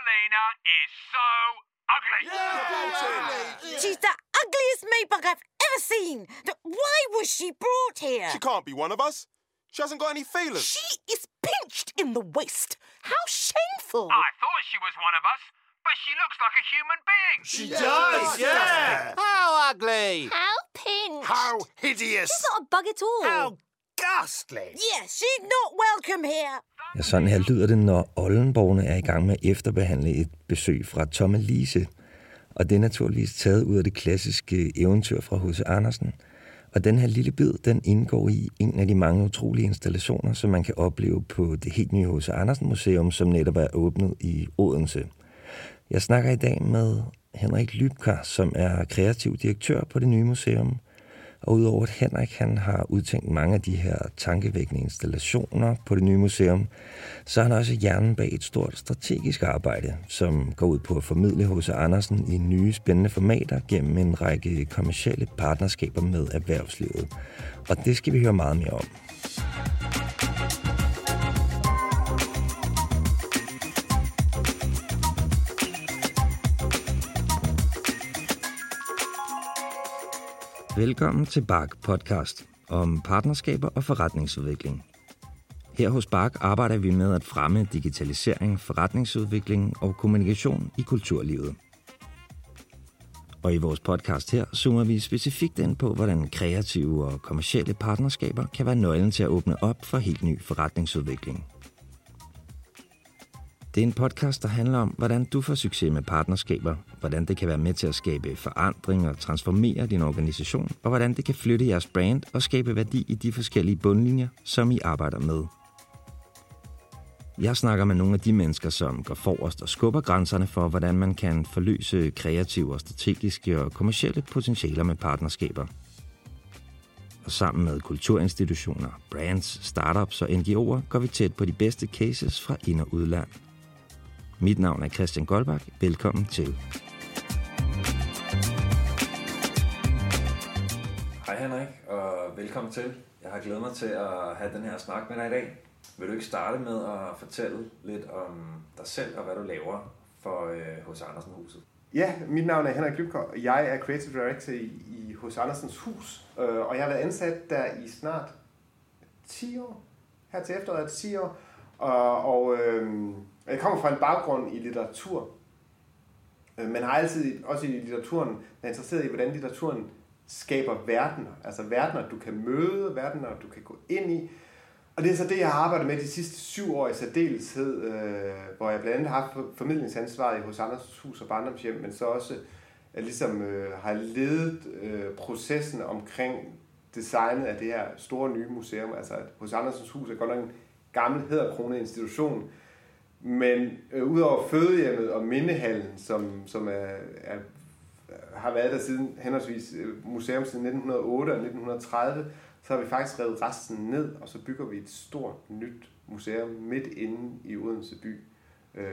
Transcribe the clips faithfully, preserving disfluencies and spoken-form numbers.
Evelina is so ugly. Yeah, she's the ugliest meatbug I've ever seen. Why was she brought here? She can't be one of us. She hasn't got any feelers. She is pinched in the waist. How shameful. I thought she was one of us, but she looks like a human being. She yeah, does, yeah. How ugly. How pinched. How hideous. She's not a bug at all. How ghastly. Yeah, she's not welcome here. Ja, sådan her lyder det, når Oldenborgene er i gang med at efterbehandle et besøg fra Tom og Lise. Og det er naturligvis taget ud af det klassiske eventyr fra H C Andersen. Og den her lille bid, den indgår i en af de mange utrolige installationer, som man kan opleve på det helt nye H C Andersen Museum, som netop er åbnet i Odense. Jeg snakker i dag med Henrik Lybkar, som er kreativ direktør på det nye museum. Og udover at Henrik han har udtænkt mange af de her tankevækkende installationer på det nye museum, så er han også hjernen bag et stort strategisk arbejde, som går ud på at formidle H C Andersen i nye spændende formater gennem en række kommercielle partnerskaber med erhvervslivet. Og det skal vi høre meget mere om. Velkommen til Bark Podcast om partnerskaber og forretningsudvikling. Her hos Bark arbejder vi med at fremme digitalisering, forretningsudvikling og kommunikation i kulturlivet. Og i vores podcast her zoomer vi specifikt ind på, hvordan kreative og kommercielle partnerskaber kan være nøglen til at åbne op for helt ny forretningsudvikling. Det er en podcast, der handler om, hvordan du får succes med partnerskaber, hvordan det kan være med til at skabe forandring og transformere din organisation, og hvordan det kan flytte jeres brand og skabe værdi i de forskellige bundlinjer, som I arbejder med. Jeg snakker med nogle af de mennesker, som går forrest og skubber grænserne for, hvordan man kan forløse kreative og strategiske og kommercielle potentialer med partnerskaber. Og sammen med kulturinstitutioner, brands, startups og N G O'er går vi tæt på de bedste cases fra ind- og udland. Mit navn er Christian Goldbach. Velkommen til. Hej Henrik, og velkommen til. Jeg har glædet mig til at have den her snak med dig i dag. Vil du ikke starte med at fortælle lidt om dig selv og hvad du laver for H C Andersen Huset? Ja, mit navn er Henrik Lybkar, og jeg er Creative Director i H C Andersens Hus. Og jeg har været ansat der i snart ti år. Her til efteråret er det ti år. Og, og øh, jeg kommer fra en baggrund i litteratur. Man har altid, også i litteraturen, været interesseret i, hvordan litteraturen skaber verdener. Altså verdener, du kan møde, verdener, du kan gå ind i. Og det er så det, jeg har arbejdet med de sidste syv år i særdeleshed, øh, hvor jeg blandt andet har haft formidlingsansvaret i H C Andersens Hus og Barndomshjem, men så også jeg ligesom, øh, har ledet øh, processen omkring designet af det her store nye museum. Altså H C Andersens Hus er godt nok en gammel hæderkronet institution, men øh, udover fødehjemmet og mindehallen, som, som er, er, har været der siden henholdsvis museum siden nitten hundrede og otte og nitten tredive, så har vi faktisk revet resten ned, og så bygger vi et stort nyt museum midt inde i Odense by øh,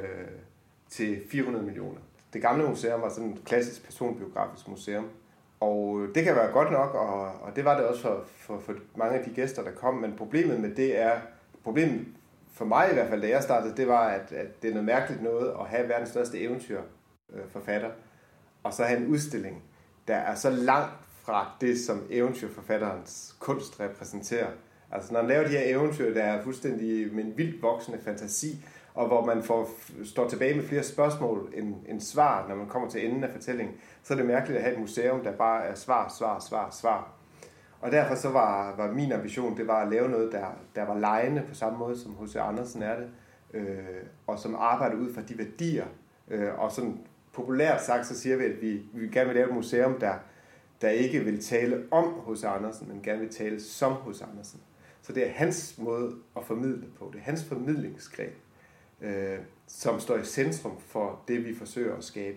til fire hundrede millioner. Det gamle museum var sådan et klassisk personbiografisk museum, og det kan være godt nok, og, og det var det også for, for, for mange af de gæster, der kom, men problemet med det er, problemet for mig i hvert fald, da jeg startede, det var, at, at det er noget mærkeligt noget at have verdens største eventyrforfatter, øh, og så have en udstilling, der er så langt fra det, som eventyrforfatterens kunst repræsenterer. Altså når man laver de her eventyr, der er fuldstændig med en vildt voksende fantasi, og hvor man får, står tilbage med flere spørgsmål end, end svar, når man kommer til enden af fortællingen, så er det mærkeligt at have et museum, der bare er svar, svar, svar, svar. Og derfor så var, var min ambition, det var at lave noget, der, der var legende på samme måde, som H C Andersen er det, øh, og som arbejder ud fra de værdier. Øh, og sådan populært sagt, så siger vi, at vi, vi gerne vil lave et museum, der, der ikke vil tale om H C Andersen, men gerne vil tale som H C Andersen. Så det er hans måde at formidle på. Det er hans formidlingsgreb, øh, som står i centrum for det, vi forsøger at skabe.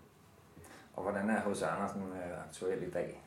Og hvordan er H C Andersen aktuel i dag?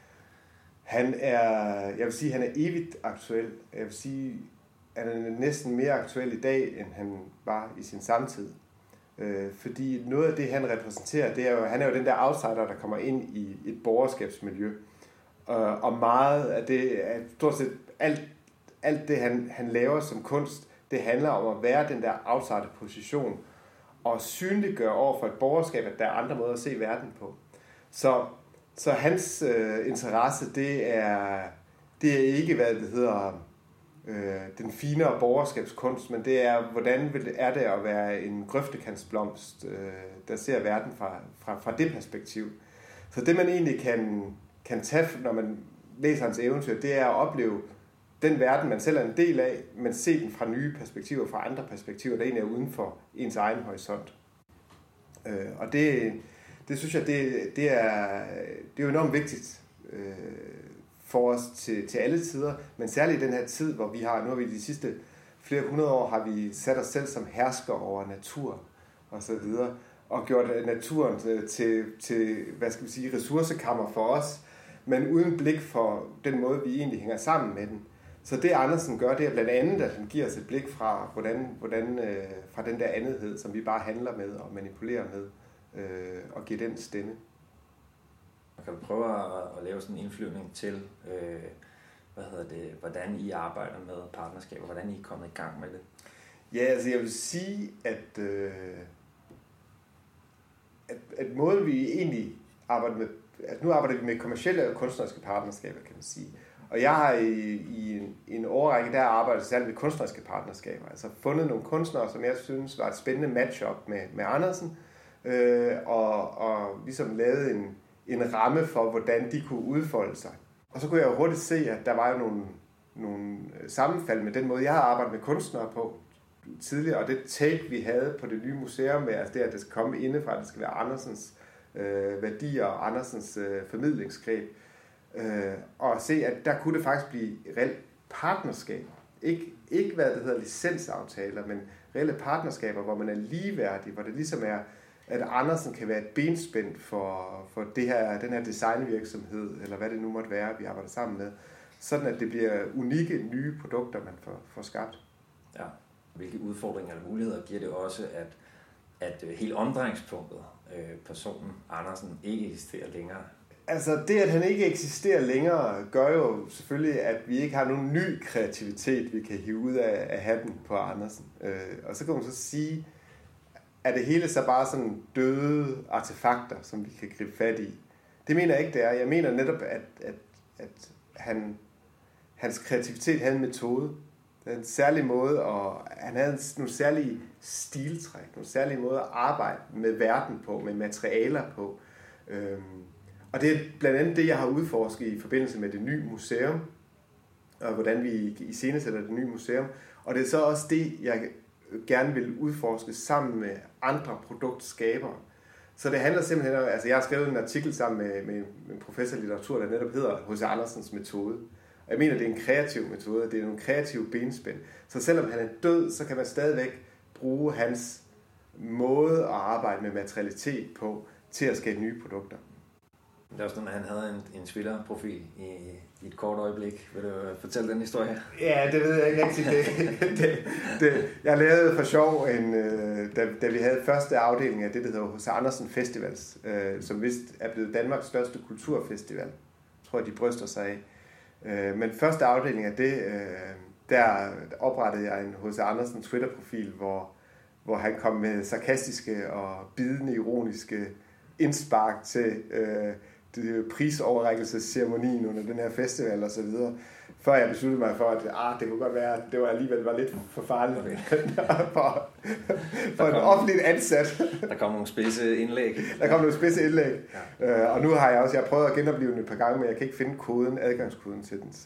Han er, jeg vil sige, han er evigt aktuel. Jeg vil sige, han er næsten mere aktuel i dag, end han var i sin samtid. Øh, fordi noget af det, han repræsenterer, det er jo, han er jo den der outsider, der kommer ind i et borgerskabsmiljø. Øh, og meget af det, stort set alt, alt det, han, han laver som kunst, det handler om at være den der outsider-position. og synliggøre over for et borgerskab, at der er andre måder at se verden på. Så, så hans øh, interesse, det er, det er ikke, hvad det hedder, øh, den finere borgerskabskunst, men det er, hvordan er det at være en grøftekantsblomst, øh, der ser verden fra, fra, fra det perspektiv. Så det, man egentlig kan, kan tage, når man læser hans eventyr, det er at opleve den verden, man selv er en del af, men se den fra nye perspektiver, fra andre perspektiver, der egentlig er uden for ens egen horisont. Øh, og det, det synes jeg, det, det, er, det er jo enormt vigtigt øh, for os til, til alle tider, men særligt i den her tid, hvor vi har, nu har vi de sidste flere hundrede år, har vi sat os selv som hersker over natur og så videre, og gjort naturen til, til hvad skal vi sige, ressourcekammer for os, men uden blik for den måde, vi egentlig hænger sammen med den. Så det Andersen gør, det er blandt andet, at han giver os et blik fra, hvordan, hvordan, øh, fra den der andethed, som vi bare handler med og manipulerer med, øh, og giver den stemme. Man kan prøve at, at lave sådan en indflyvning til, øh, hvad hedder det, hvordan I arbejder med partnerskaber, hvordan I er kommet i gang med det? Ja, altså jeg vil sige, at, øh, at, at måden vi egentlig arbejder med, at nu arbejder vi med kommercielle og kunstneriske partnerskaber, kan man sige. Og jeg har i, i, en, i en årrække der arbejdet særligt med kunstneriske partnerskaber. Altså fundet nogle kunstnere, som jeg synes var et spændende match-up med, med Andersen, øh, og, og ligesom lavet en, en ramme for, hvordan de kunne udfolde sig. Og så kunne jeg jo hurtigt se, at der var jo nogle, nogle sammenfald med den måde, jeg har arbejdet med kunstnere på tidligere, og det take, vi havde på det nye museum, med, altså det, at det skal komme indefra, at det skal være Andersens øh, værdier og Andersens øh, formidlingsgreb. Øh, og se, at der kunne det faktisk blive reelt partnerskaber. Ikke, ikke hvad det hedder licensaftaler, men reelle partnerskaber, hvor man er ligeværdig, hvor det ligesom er, at Andersen kan være et benspænd for, for det her, den her designvirksomhed, eller hvad det nu måtte være, vi arbejder sammen med, sådan at det bliver unikke, nye produkter, man får, får skabt. Ja. Hvilke udfordringer eller muligheder giver det også, at, at hele omdrejningspunktet, øh, personen Andersen, ikke eksisterer længere? Altså det, at han ikke eksisterer længere, gør jo selvfølgelig, at vi ikke har nogen ny kreativitet, vi kan hive ud af, af hatten på Andersen. Øh, og så kan man så sige, at det hele så bare sådan døde artefakter, som vi kan gribe fat i. Det mener jeg ikke, det er. Jeg mener netop, at, at, at han, hans kreativitet havde en metode. Det er en særlig måde, og han havde nogle særlige stiltræk, nogle særlige måder at arbejde med verden på, med materialer på. Øhm, og det er blandt andet det, jeg har udforsket i forbindelse med det nye museum, og hvordan vi iscenesætter det nye museum. Og det er så også det, jeg gerne vil udforske sammen med andre produktskabere. Så det handler simpelthen om, altså jeg har skrevet en artikel sammen med, med en professor i litteratur, der netop hedder H C Andersens metode. Og jeg mener, det er en kreativ metode, det er nogle kreative benspænd. Så selvom han er død, så kan man stadigvæk bruge hans måde at arbejde med materialitet på, til at skabe nye produkter. Det er også sådan, at han havde en, en Twitter-profil i, i et kort øjeblik. Vil du fortælle den historie? Ja, det ved jeg ikke rigtig. Det, det, det, jeg lavede for sjov, en, da, da vi havde første afdeling af det, der hedder H C Andersen Festivals, øh, som vist er blevet Danmarks største kulturfestival. Jeg tror, de bryster sig af. Øh, men første afdeling af det, øh, der oprettede jeg en H C Andersen Twitter-profil, hvor, hvor han kom med sarkastiske og bidende, ironiske indspark til øh, prisoverrækkelsesceremonien under den her festival og så videre, før jeg besluttede mig for, at ah, det kunne godt være, at det var alligevel var lidt for farligt okay. for, for en offentligt ansat. Der kom nogle spidse indlæg. Der kom nogle spidse indlæg. Ja. Øh, og nu har jeg også, jeg har prøvet at genopleve den et par gange, men jeg kan ikke finde koden, adgangskoden til den. Så,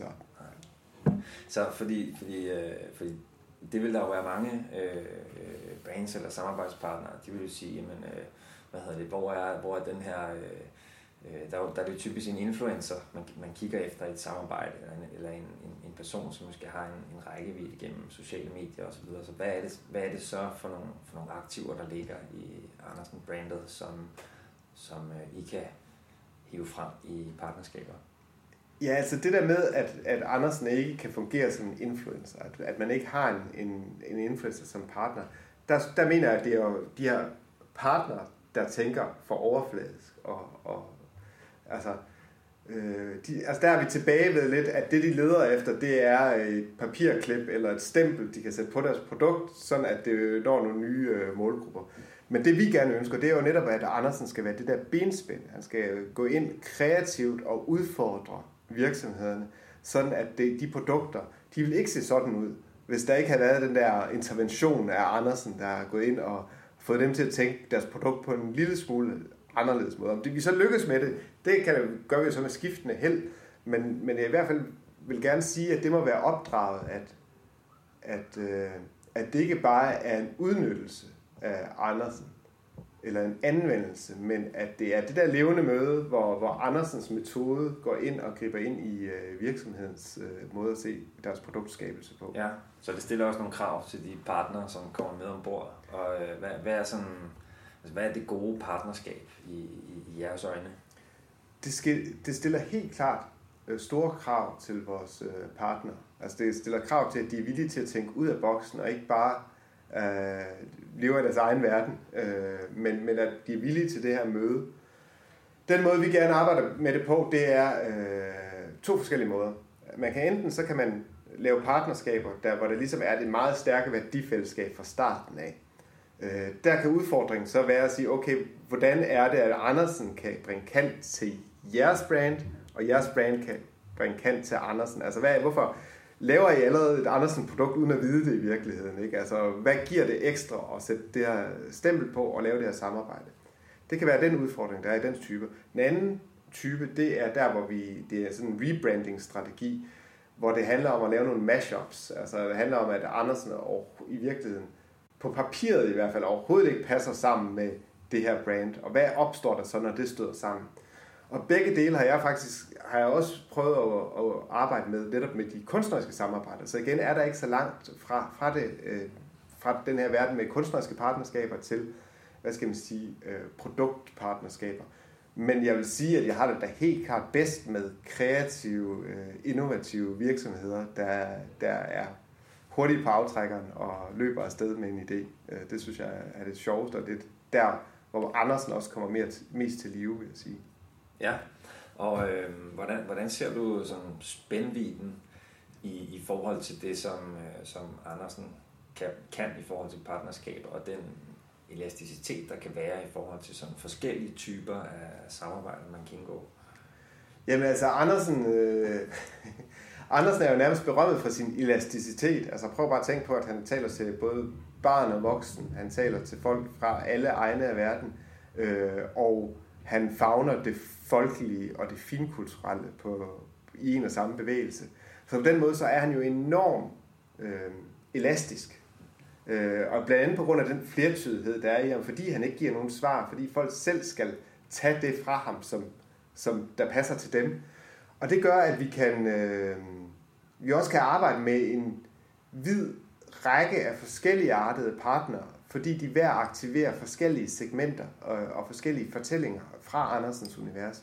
så fordi, fordi, øh, fordi det vil der jo være mange øh, brands eller samarbejdspartnere, de vil jo sige, jamen, øh, hvad hedder det, hvor er, hvor er den her, øh, der, er, der er det typisk en influencer, man, man kigger efter et samarbejde, eller en, eller en, en, en person, som måske har en, en rækkevidde gennem sociale medier osv. Så, så hvad er det, hvad er det så for nogle, for nogle aktiver, der ligger i Andersen-brandet, som, som øh, I kan hive frem i partnerskaber? Ja, altså det der med, at, at Andersen ikke kan fungere som en influencer, at, at man ikke har en, en, en influencer som partner, der, der mener jeg, at det er jo de her partnere, der tænker for overfladisk. Og, og, altså, øh, de, altså der er vi tilbage ved lidt, at det de leder efter, det er et papirklip eller et stempel, de kan sætte på deres produkt, sådan at det når nogle nye øh, målgrupper. Men det vi gerne ønsker, det er jo netop, at Andersen skal være det der benspænd. Han skal gå ind kreativt og udfordre virksomhederne, sådan at det, de produkter, de vil ikke se sådan ud, hvis der ikke havde været den der intervention af Andersen, der har gået ind og fået dem til at tænke deres produkt på en lille smule anderledes måde. Om det, vi så lykkes med det, det kan, gør vi jo så med skiftende held, men, men jeg i hvert fald vil gerne sige, at det må være opdraget, at, at, øh, at det ikke bare er en udnyttelse af Andersen, eller en anvendelse, men at det er det der levende møde, hvor, hvor Andersens metode går ind og griber ind i øh, virksomhedens øh, måde at se deres produktskabelse på. Ja, så det stiller også nogle krav til de partnere, som kommer med ombord. Og øh, hvad, hvad, er sådan, altså, hvad er det gode partnerskab i, i, i jeres øjne? Det, skal, det stiller helt klart øh, store krav til vores øh, partner. Altså det stiller krav til, at de er villige til at tænke ud af boksen, og ikke bare øh, lever i deres egen verden, øh, men, men at de er villige til det her møde. Den måde, vi gerne arbejder med det på, det er øh, to forskellige måder. Man kan enten, så kan man lave partnerskaber, der, hvor det ligesom er det meget stærke værdifællesskab fra starten af. Øh, der kan udfordringen så være at sige, okay, hvordan er det, at Andersen kan bringe kant til jeres brand, og jeres brand kan bringe kant til Andersen? Altså, hvad, hvorfor laver I allerede et Andersen-produkt, uden at vide det i virkeligheden? Ikke? Altså, hvad giver det ekstra at sætte det her stempel på og lave det her samarbejde? Det kan være den udfordring, der er i den type. Den anden type, det er der, hvor vi, det er sådan en rebranding-strategi, hvor det handler om at lave nogle mashups. Altså, det handler om, at Andersen i virkeligheden, på papiret i hvert fald, overhovedet ikke passer sammen med det her brand. Og hvad opstår der så, når det støder sammen? Og begge dele har jeg faktisk har jeg også prøvet at, at arbejde med, netop med de kunstneriske samarbejder. Så igen er der ikke så langt fra, fra, det, øh, fra den her verden med kunstneriske partnerskaber til, hvad skal man sige, øh, produktpartnerskaber. Men jeg vil sige, at jeg har det da helt klart bedst med kreative, øh, innovative virksomheder, der, der er hurtigt på aftrækkeren og løber afsted med en idé. Det synes jeg er det sjoveste, og det er der, hvor Andersen også kommer mere, mest til live, vil jeg sige. Ja, og øh, hvordan, hvordan ser du sådan spændvidden i, i forhold til det, som, øh, som Andersen kan, kan i forhold til partnerskaber, og den elasticitet, der kan være i forhold til sådan forskellige typer af samarbejder, man kan indgå? Jamen altså, Andersen... Øh, Andersen er jo nærmest berømmet for sin elasticitet. Altså prøv bare at tænke på, at han taler til både barn og voksen. Han taler til folk fra alle egne af verden. Øh, og han favner det folkelige og det finkulturelle på, i en og samme bevægelse. Så på den måde så er han jo enormt øh, elastisk. Øh, og blandt andet på grund af den flertydighed, der er i ham, fordi han ikke giver nogen svar, fordi folk selv skal tage det fra ham, som, som der passer til dem. Og det gør, at vi kan øh, vi også kan arbejde med en vid række af forskellige artede partnere, fordi de hver aktiverer forskellige segmenter og, og forskellige fortællinger fra Andersens univers.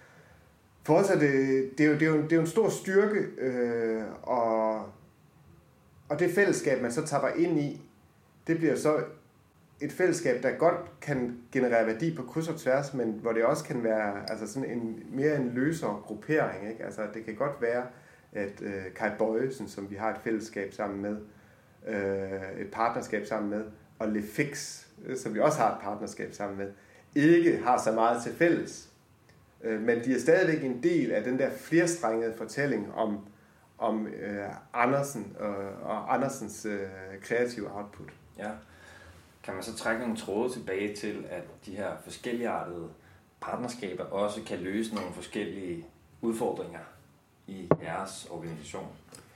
For os er det, det, er jo, det, er jo, det er jo en stor styrke, øh, og, og det fællesskab, man så tapper ind i, det bliver så et fællesskab, der godt kan generere værdi på kryds og tværs, men hvor det også kan være altså sådan en, mere en løsere gruppering. Ikke? Altså, det kan godt være, at øh, Kai Bøjesen, som vi har et fællesskab sammen med, øh, et partnerskab sammen med, og LeFix, øh, som vi også har et partnerskab sammen med, ikke har så meget til fælles. Øh, men de er stadigvæk en del af den der flerstrengede fortælling om, om øh, Andersen og, og Andersens øh, kreative output. Ja. Kan man så trække nogle tråde tilbage til, at de her forskelligartede partnerskaber også kan løse nogle forskellige udfordringer i jeres organisation?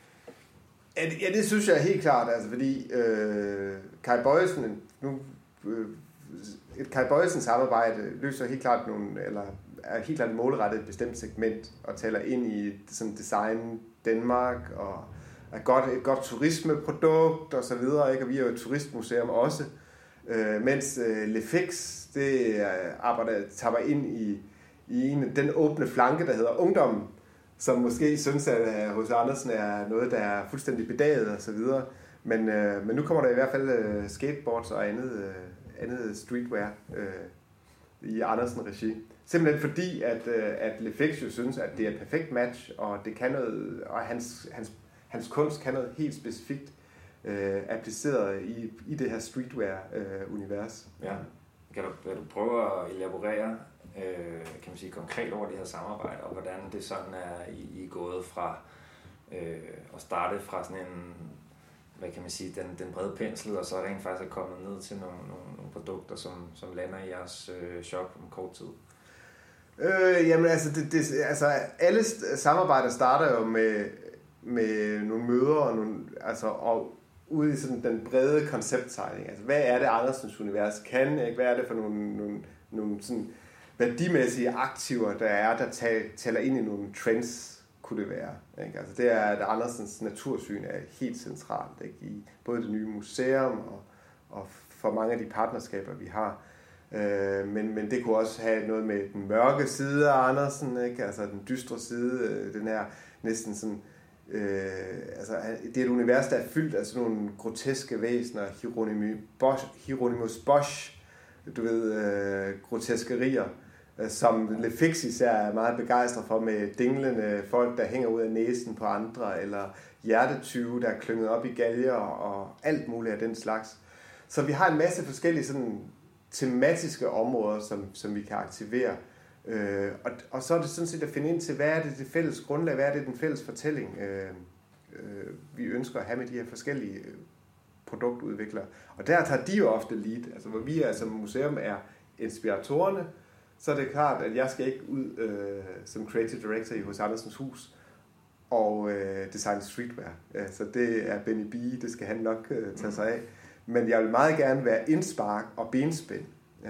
Ja, det synes jeg helt klart, altså fordi øh, Kai Bøjesen, nu, øh, et Kai Bøjesen samarbejde løser helt klart nogle, eller er helt klart målrettet et bestemt segment og taler ind i sådan design Danmark og er godt, et godt turismeprodukt og så videre, ikke? Og vi er jo et turistmuseum også. Øh, mens øh, LeFix, det øh, arbejder, tapper ind i, i en, den åbne flanke, der hedder ungdommen, som måske synes, at H C Andersen er noget, der er fuldstændig bedaget og så videre. Men, øh, men nu kommer der i hvert fald øh, skateboards og andet, øh, andet streetwear øh, i Andersen-regi. Simpelthen fordi, at, øh, at LeFix jo synes, at det er et perfekt match, og det kan noget, og hans, hans, hans kunst kan noget helt specifikt, Øh, appliceret i, i det her streetwear-univers. Ja. kan, du, kan du prøve at elaborere øh, kan man sige, konkret over det her samarbejde, og hvordan det sådan er I, I gået fra øh, at starte fra sådan en, hvad kan man sige, den, den brede pensel, og så rent faktisk er kommet ned til nogle, nogle, nogle produkter, som, som lander i jeres øh, shop om kort tid? Øh, jamen altså, det, det, altså, alle samarbejder starter jo med, med nogle møder, og, nogle, altså, og ude i sådan den brede koncepttegning. Altså, hvad er det, Andersens univers kan? Ikke? Hvad er det for nogle, nogle, nogle sådan værdimæssige aktiver, der er, der taler ind i nogle trends, kunne det være. Ikke? Altså, det er, at Andersens natursyn er helt centralt, ikke? I både det nye museum og, og for mange af de partnerskaber, vi har. Øh, men, men det kunne også have noget med den mørke side af Andersen, ikke? Altså den dystre side, den her næsten sådan, øh, altså det er et univers, der er fyldt af sådan nogle groteske væsener, Hieronymus Bosch, Hieronymus Bosch du ved, øh, groteskerier, øh, som Le Fix især er meget begejstret for, med dinglende folk, der hænger ud af næsen på andre, eller hjertetyve, der er klynget op i galger, og alt muligt af den slags. Så vi har en masse forskellige sådan tematiske områder, som, som vi kan aktivere. Øh, og, og så er det sådan set at finde ind til, hvad er det det fælles grundlag, hvad er det den fælles fortælling, øh, øh, vi ønsker at have med de her forskellige produktudviklere. Og der tager de jo ofte lead, altså hvor vi er som museum er inspiratorerne, så er det klart, at jeg skal ikke ud øh, som creative director i hos Andersens Hus og øh, design streetwear. Øh, så det er Benny B, det skal han nok øh, tage sig af. Men jeg vil meget gerne være indspark og benspænd. Øh,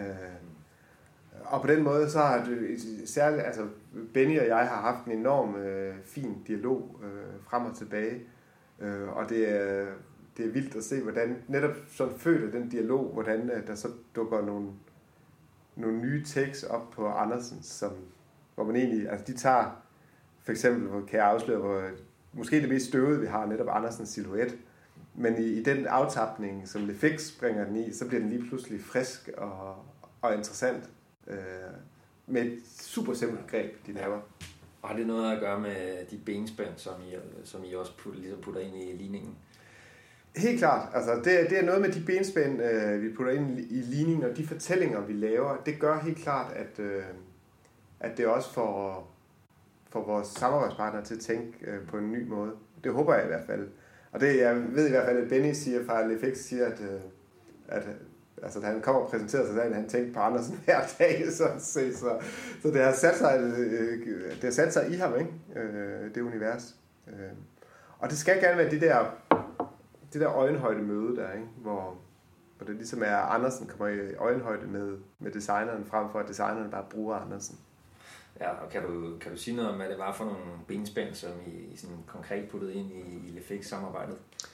og på den måde, så har det særligt, altså Benny og jeg har haft en enorm øh, fin dialog øh, frem og tilbage. Øh, og det er, det er vildt at se, hvordan netop sådan født den dialog, hvordan øh, der så dukker nogle, nogle nye tekster op på Andersen, som, hvor man egentlig, altså de tager, for eksempel, hvor kan jeg afsløre, hvor måske det mest støvede, vi har, netop Andersens silhuet. Men i, i den aftapning, som Le Fix bringer den i, så bliver den lige pludselig frisk og, og interessant. Øh, med et super simpelt greb, de laver. Og har det noget at gøre med de benspænd, som I, som I også putter, ligesom putter ind i ligningen? Helt klart. Altså, det, det er noget med de benspænd, øh, vi putter ind i ligningen, og de fortællinger, vi laver. Det gør helt klart, at, øh, at det også får, får vores samarbejdspartnere til at tænke øh, på en ny måde. Det håber jeg i hvert fald. Og det, jeg ved i hvert fald, at Benny siger fra Le Fix, siger, at, at altså, da han kommer og præsenterer sig, så han tænkte på Andersen hver dag, så, så, så, så det har sat sig, det har sat sig i ham, ikke? Det univers. Og det skal gerne være det der, det der øjenhøjde møde der, ikke? Hvor, hvor det ligesom er, Andersen kommer i øjenhøjde med, med designeren, frem for at designeren bare bruger Andersen. Ja, og kan du, kan du sige noget om, hvad det var for nogle benspænd, som I, I sådan konkret puttede ind i, i Le Fix-samarbejdet?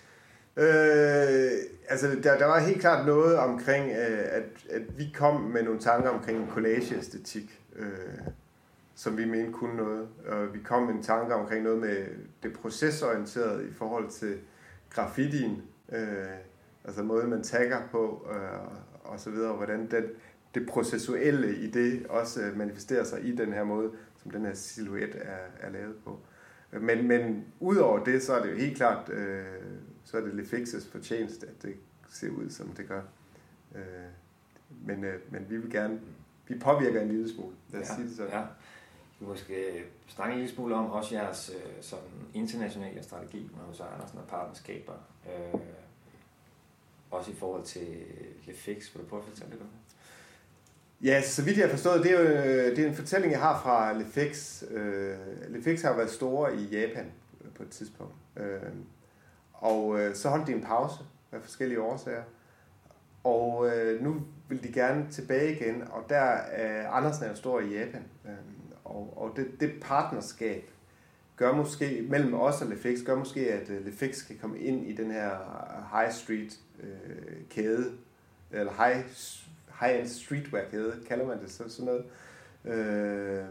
Øh, altså, der, der var helt klart noget omkring, øh, at, at vi kom med nogle tanker omkring en collage-æstetik, øh, som vi mente kunne noget. Og vi kom med en tanke omkring noget med det procesorienterede i forhold til graffitien, øh, altså måden man tagger på, øh, og så videre, hvordan den, det processuelle i det også manifesterer sig i den her måde, som den her silhuet er, er lavet på. Men, men udover det, så er det jo helt klart, øh, så er det Le Fix's fortjeneste, at det ser ud, som det gør. Øh, men, øh, men vi vil gerne, vi påvirker en lille smule, lad os ja, sige det sådan. Ja. Vi måske snakke en lille smule om også jeres øh, sådan internationale strategi med hos Andersen og partnerskaber. Øh, også i forhold til Le Fix. Vil du prøve at fortælle lidt om det? Ja, så vidt jeg har forstået, det er jo det er en fortælling, jeg har fra Le Fix. Øh, Le Fix har været store i Japan på et tidspunkt. Øh, og øh, så holdt de en pause af forskellige årsager. Og øh, nu vil de gerne tilbage igen, og der er øh, Andersen er jo stor i Japan. Øh, og og det, det partnerskab gør måske, mellem os og Le Fix, gør måske, at uh, Le Fix kan komme ind i den her high street øh, kæde, eller high high-end streetwear-kæde, kalder man det så, sådan noget. Øh,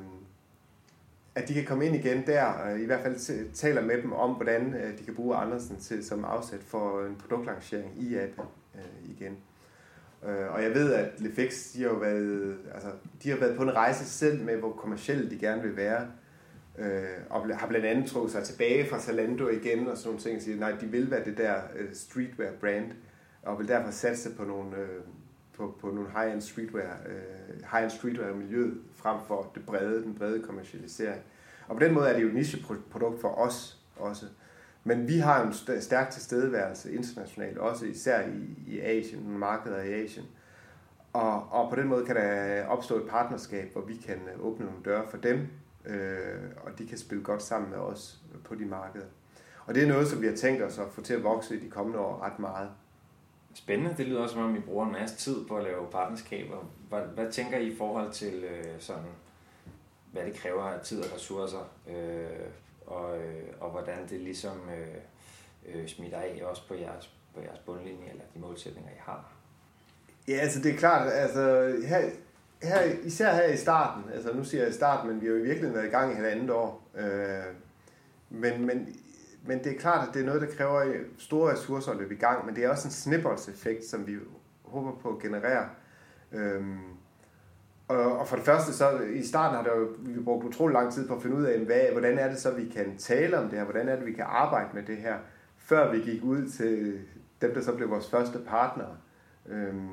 at de kan komme ind igen der, og i hvert fald taler med dem om, hvordan øh, de kan bruge Andersen til, som afsæt for en produktlancering i Japan øh, igen. Øh, og jeg ved, at Le Fix, de har jo været, altså, de har været på en rejse selv med, hvor kommercielle de gerne vil være, øh, og har blandt andet trukket sig tilbage fra Zalando igen, og sådan nogle ting, og siger, nej, de vil være det der øh, streetwear-brand, og vil derfor satse på nogle... Øh, på på, på nogle high-end streetwear, øh, high-end streetwear-miljøet frem for det brede, den brede kommercialisering. Og på den måde er det jo et nicheprodukt for os også. Men vi har en stærk tilstedeværelse internationalt, også især i, i Asien, nogle markeder i Asien. Og, og på den måde kan der opstå et partnerskab, hvor vi kan åbne nogle døre for dem, øh, og de kan spille godt sammen med os på de markeder. Og det er noget, som vi har tænkt os at få til at vokse i de kommende år ret meget. Spændende. Det lyder også, som om I bruger en masse tid på at lave partnerskaber. Hvad, hvad tænker I i forhold til øh, sådan, hvad det kræver af tid og ressourcer, øh, og, øh, og hvordan det ligesom øh, øh, smitter af også på jeres, på jeres bundlinje, eller de målsætninger, I har? Ja, altså det er klart, altså her, her, især her i starten, altså nu siger jeg i starten, men vi har jo i virkeligheden været i gang i halvandet år, øh, men, men, men det er klart, at det er noget, der kræver store ressourcer at løbe i gang, men det er også en snibboldseffekt, som vi håber på at generere. Øh, og, og for det første, så i starten har der jo, vi brugt utrolig lang tid på at finde ud af, hvad, hvordan er det så, vi kan tale om det her, hvordan er det, vi kan arbejde med det her, før vi gik ud til dem, der så blev vores første partnere. Øhm,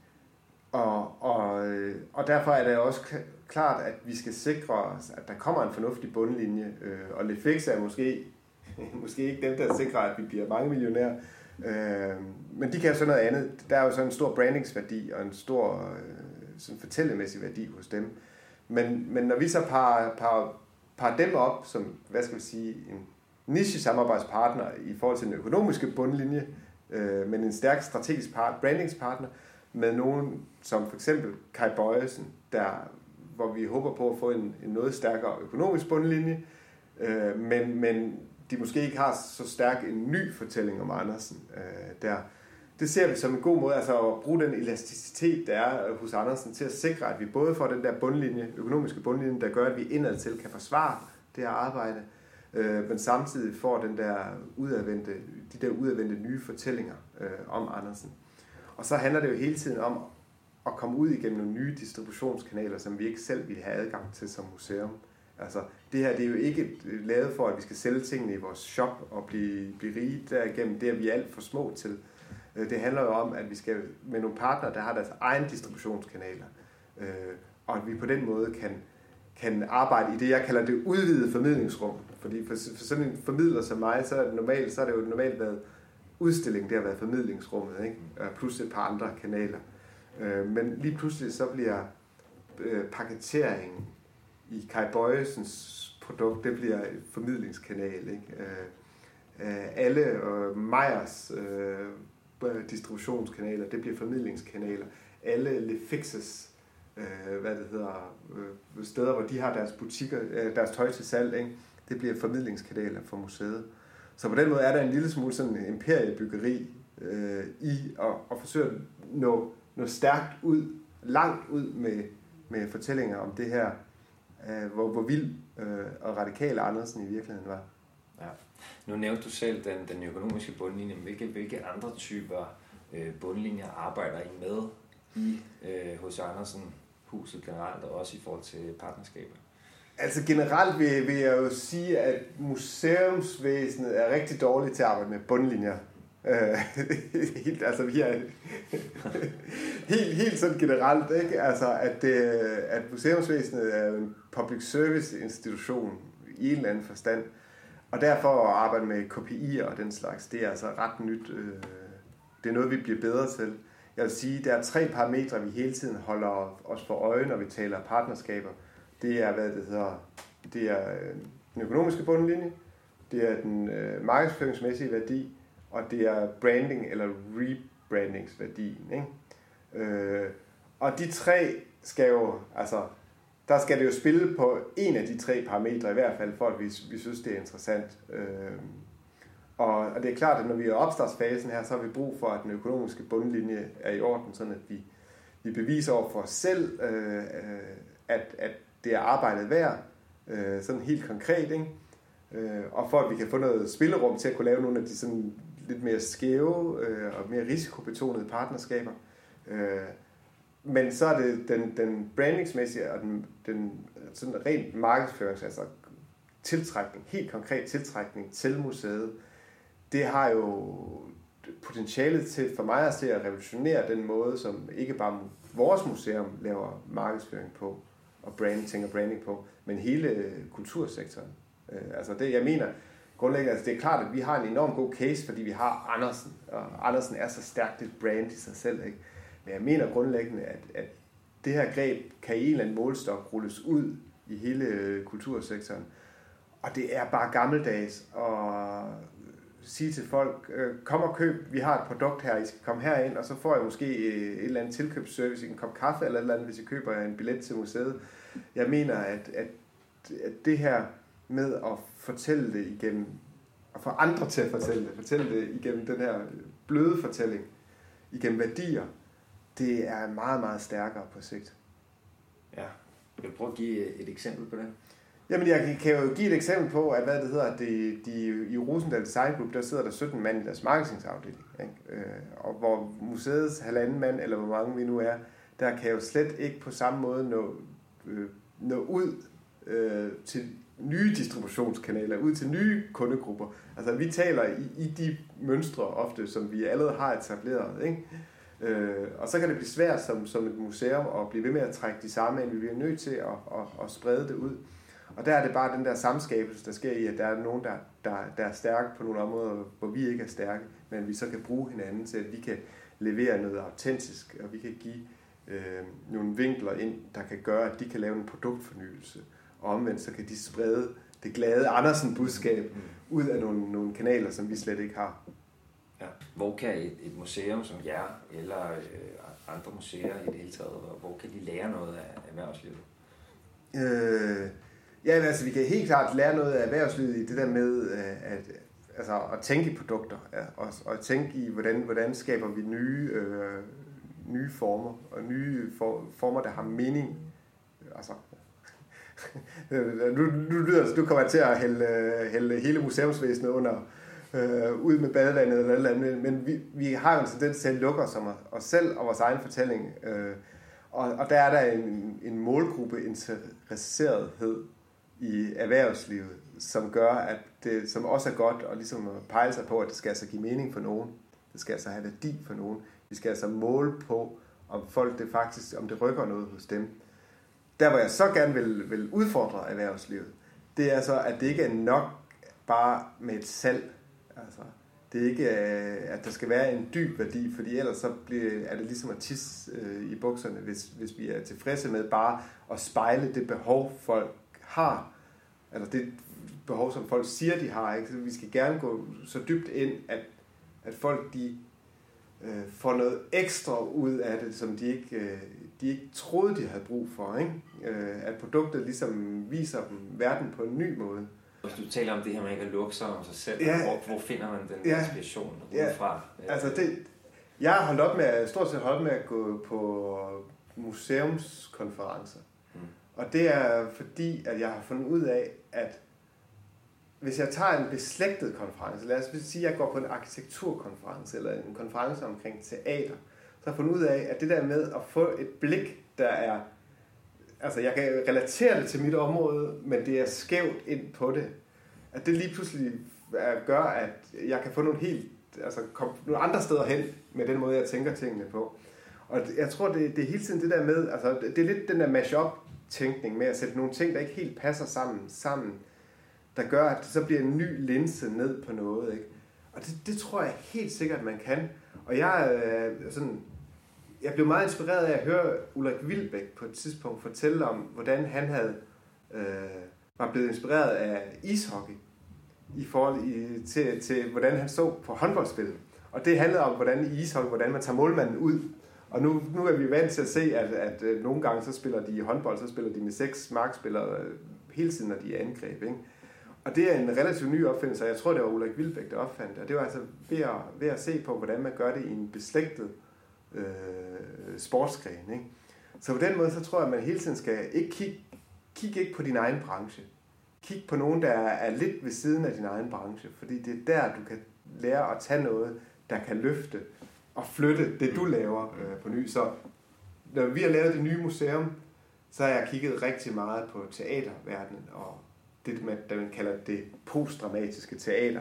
og, og, og derfor er det også klart, at vi skal sikre os, at der kommer en fornuftig bundlinje, øh, og Lefix er måske, måske ikke dem, der sikrer, at vi bliver mange millionærer, øh, men de kan jo sådan noget andet. Der er jo sådan en stor brandingsværdi og en stor øh, sådan fortællemæssig værdi hos dem. Men, men når vi så parer, parer, parer dem op som, hvad skal vi sige, en niche-samarbejdspartner i forhold til den økonomiske bundlinje, øh, men en stærk strategisk part, brandingspartner, med nogen som for eksempel Kai Bøjesen, der, hvor vi håber på at få en, en noget stærkere økonomisk bundlinje, øh, men, men de måske ikke har så stærk en ny fortælling om Andersen. Øh, der. Det ser vi som en god måde, altså at bruge den elasticitet, der er hos Andersen, til at sikre, at vi både får den der bundlinje, økonomiske bundlinje, der gør, at vi indadtil kan forsvare det her arbejde, øh, men samtidig får den der udadvendte, de der udadvendte nye fortællinger øh, om Andersen. Og så handler det jo hele tiden om at komme ud igennem nogle nye distributionskanaler, som vi ikke selv ville have adgang til som museum. Altså, det her det er jo ikke lavet for, at vi skal sælge tingene i vores shop og blive, blive rige derigennem. Det er vi alt for små til. Det handler jo om, at vi skal med nogle partnere, der har deres egen distributionskanaler, øh, og at vi på den måde kan, kan arbejde i det, jeg kalder det udvidede formidlingsrum. Fordi for, for sådan en formidler som mig, så er det normalt, så er det jo normalt været udstilling, det har været formidlingsrummet, ikke? Plus et par andre kanaler. Øh, men lige pludselig så bliver øh, paketeringen i Kai Bøjesens produkt, det bliver et formidlingskanal, ikke? Øh, øh, alle øh, Meyers øh, distributionskanaler, det bliver formidlingskanaler. Alle Lefixes, øh, hvad det hedder, øh, steder, hvor de har deres butikker, øh, deres tøj til salg, ikke? Det bliver formidlingskanaler for museet. Så på den måde er der en lille smule sådan imperiebyggeri øh, i at, at forsøge at nå, nå stærkt ud, langt ud med, med fortællinger om det her, øh, hvor, hvor vild øh, og radikal Andersen i virkeligheden var. Ja. Nu nævnte du selv den, den økonomiske bundlinje. Hvilke, hvilke andre typer øh, bundlinjer arbejder I med i øh, hos Andersen huset generelt, og også i forhold til partnerskaber? Altså generelt vil, vil jeg jo sige, at museumsvæsenet er rigtig dårligt til at arbejde med bundlinjer. Øh, helt, altså vi er helt, helt sådan generelt, ikke? Altså at, det, at museumsvæsenet er en public service institution i en eller anden forstand. Og derfor at arbejde med K P I'er og den slags, det er altså ret nyt. Det er noget, vi bliver bedre til. Jeg vil sige, der er tre parametre, vi hele tiden holder os for øje, når vi taler partnerskaber. Det er, hvad det hedder, det er den økonomiske bundlinje, det er den øh, markedsføringsmæssige værdi, og det er branding eller rebrandingsværdien, ikke? Øh, og de tre skal jo, altså, der skal det jo spille på en af de tre parametre i hvert fald, for at vi, vi synes, det er interessant. Øh, og, og det er klart, at når vi er i opstartsfasen her, så har vi brug for, at den økonomiske bundlinje er i orden, sådan at vi, vi beviser over for os selv, øh, at, at det er arbejdet værd, øh, sådan helt konkret, ikke? Øh, og for at vi kan få noget spillerum til at kunne lave nogle af de sådan lidt mere skæve øh, og mere risikobetonede partnerskaber. Øh, men så er det den, den brandingsmæssige og den, den sådan rent markedsførings, altså tiltrækning, helt konkret tiltrækning til museet. Det har jo potentialet til for mig at se at revolutionere den måde, som ikke bare vores museum laver markedsføring på, og branding, tænker branding på, men hele kultursektoren. Øh, altså det, jeg mener, grundlæggende, altså det er klart, at vi har en enorm god case, fordi vi har Andersen, og Andersen er så stærkt et brand i sig selv, ikke? Men jeg mener grundlæggende, at, at det her greb kan i en eller anden målestok rulles ud i hele kultursektoren. Og det er bare gammeldags at sige til folk, kom og køb, vi har et produkt her, I skal komme herind, og så får jeg måske et eller andet tilkøbsservice, en kop kaffe eller et eller andet, hvis I køber en billet til museet. Jeg mener, at, at, at det her med at fortælle det igennem, at få andre til at fortælle det, fortælle det igennem den her bløde fortælling, igennem værdier, det er meget, meget stærkere på sigt. Ja, vil du prøve at give et eksempel på det? Jamen, jeg kan jo give et eksempel på, at hvad det hedder, de, de, i Rosendal Design Group, der sidder der sytten mand i deres marketingsafdeling, ikke? Øh, og hvor museets halvanden mand, eller hvor mange vi nu er, der kan jo slet ikke på samme måde nå, øh, nå ud øh, til nye distributionskanaler, ud til nye kundegrupper. Altså, vi taler i, i de mønstre ofte, som vi allerede har etableret, ikke? Øh, og så kan det blive svært som, som et museum at blive ved med at trække de samme ind. Vi bliver nødt til at, at, at sprede det ud. Og der er det bare den der samskabelse, der sker i, at der er nogen, der, der, der er stærke på nogle områder, hvor vi ikke er stærke, men vi så kan bruge hinanden til, at vi kan levere noget autentisk, og vi kan give øh, nogle vinkler ind, der kan gøre, at de kan lave en produktfornyelse. Og omvendt så kan de sprede det glade Andersen-budskab ud af nogle, nogle kanaler, som vi slet ikke har. Ja. Hvor kan et, et museum som jer, eller øh, andre museer i det hele taget, hvor kan de lære noget af erhvervslivet? Øh, ja, altså vi kan helt klart lære noget af erhvervslivet i det der med at, altså, at tænke i produkter, ja, og, og at tænke i, hvordan, hvordan skaber vi nye, øh, nye former, og nye for, former, der har mening. Altså, nu, nu lyder det, du kommer til at hælde, hælde hele museumsvæsenet under øh, ud med badevandet eller eller andet, men vi, vi har jo en tendens til at lukke os om os selv og vores egen fortælling, øh, og, og der er der en, en målgruppe interesserethed i erhvervslivet, som gør, at det, som også er godt at ligesom pege sig på, at det skal altså give mening for nogen. Det skal altså have værdi for nogen. Vi skal altså måle på, om folk det faktisk, om det rykker noget hos dem. Der, hvor jeg så gerne vil, vil udfordre erhvervslivet, det er så, at det ikke er nok bare med et salg. Altså, det er ikke, at der skal være en dyb værdi, fordi ellers så bliver, er det ligesom at tisse øh, i bukserne, hvis, hvis vi er tilfredse med bare at spejle det behov, folk har. Altså det behov, som folk siger, de har. Ikke? Så vi skal gerne gå så dybt ind, at, at folk de, øh, får noget ekstra ud af det, som de ikke, øh, de ikke troede, de havde brug for. Ikke? Øh, at produktet ligesom viser dem verden på en ny måde. Hvis du taler om det her med ikke at lukke sig om sig selv, ja, hvor, hvor finder man den ja, inspiration ja, udefra? Altså det, jeg har holdt op med, stort set holdt med at gå på museumskonferencer. Mm. Og det er fordi, at jeg har fundet ud af, at hvis jeg tager en beslægtet konference, lad os sige, at jeg går på en arkitekturkonference, eller en konference omkring teater, så har jeg fundet ud af, at det der med at få et blik, der er, altså jeg kan relatere det til mit område, men det er skævt ind på det, at det lige pludselig gør, at jeg kan få nogle helt, altså komme nogle andre steder hen med den måde, jeg tænker tingene på. Og jeg tror, det, det er hele tiden det der med, altså det er lidt den der mash-up-tænkning med at sætte nogle ting, der ikke helt passer sammen, sammen, der gør, at det så bliver en ny linse ned på noget, ikke? Og det, det tror jeg helt sikkert, man kan. Og jeg øh, sådan, jeg blev meget inspireret af at høre Ulrik Wilbek på et tidspunkt fortælle om, hvordan han havde øh, var blevet inspireret af ishockey i forhold i, til, til, hvordan han så på håndboldspil. Og det handlede om, hvordan i ishockey, hvordan man tager målmanden ud. Og nu, nu er vi vant til at se, at, at, at nogle gange så spiller de håndbold, så spiller de med seks markspillere hele tiden, når de er angreb, ikke? Og det er en relativt ny opfindelse, og jeg tror, det var Ulrik Wilbek, der opfandt det. Og det var altså ved at, ved at se på, hvordan man gør det i en beslægtet øh, sportsgren, ikke? Så på den måde, så tror jeg, at man hele tiden skal ikke kigge, kigge ikke på din egen branche. Kig på nogen, der er lidt ved siden af din egen branche, fordi det er der, du kan lære at tage noget, der kan løfte og flytte det, du laver øh, på ny. Så når vi har lavet det nye museum, så har jeg kigget rigtig meget på teaterverdenen og det, man kalder det postdramatiske teater,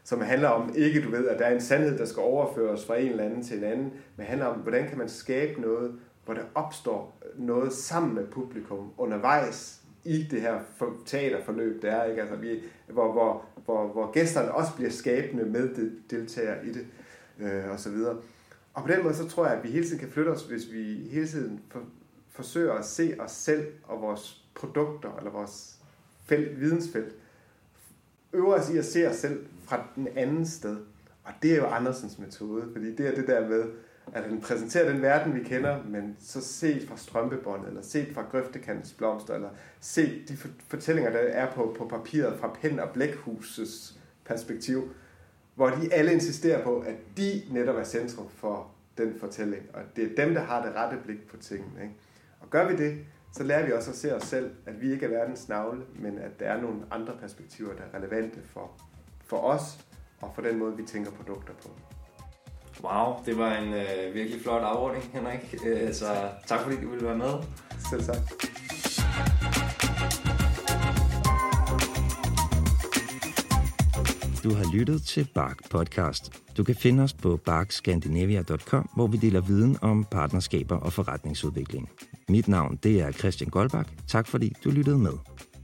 som handler om ikke, du ved, at der er en sandhed, der skal overføres fra en eller anden til en anden, men handler om, hvordan kan man skabe noget, hvor der opstår noget sammen med publikum undervejs i det her teaterforløb, der er, ikke? Altså, vi, hvor, hvor, hvor, hvor gæsterne også bliver skabende med de, deltagere i det, øh, og så videre. Og på den måde, så tror jeg, at vi hele tiden kan flytte os, hvis vi hele tiden for, forsøger at se os selv og vores produkter, eller vores felt, vidensfelt, øver os i at se os selv fra den anden sted. Og det er jo Andersens metode, fordi det er det der med, at han præsenterer den verden, vi kender, men så set fra strømpebåndet, eller set fra grøftekantens blomster, eller set de fortællinger, der er på, på papiret fra Pen og Blækhusets perspektiv, hvor de alle insisterer på, at de netop er centrum for den fortælling, og det er dem, der har det rette blik på tingene. Ikke? Og gør vi det, så lærer vi også at se os selv, at vi ikke er verdens navle, men at der er nogle andre perspektiver, der er relevante for, for os, og for den måde, vi tænker produkter på. Wow, det var en øh, virkelig flot afrunding, Henrik. Øh, så tak fordi du ville være med. Selv tak. Du har lyttet til Bark Podcast. Du kan finde os på bark scandinavia punktum com, hvor vi deler viden om partnerskaber og forretningsudvikling. Mit navn det er Christian Goldbach. Tak fordi du lyttede med.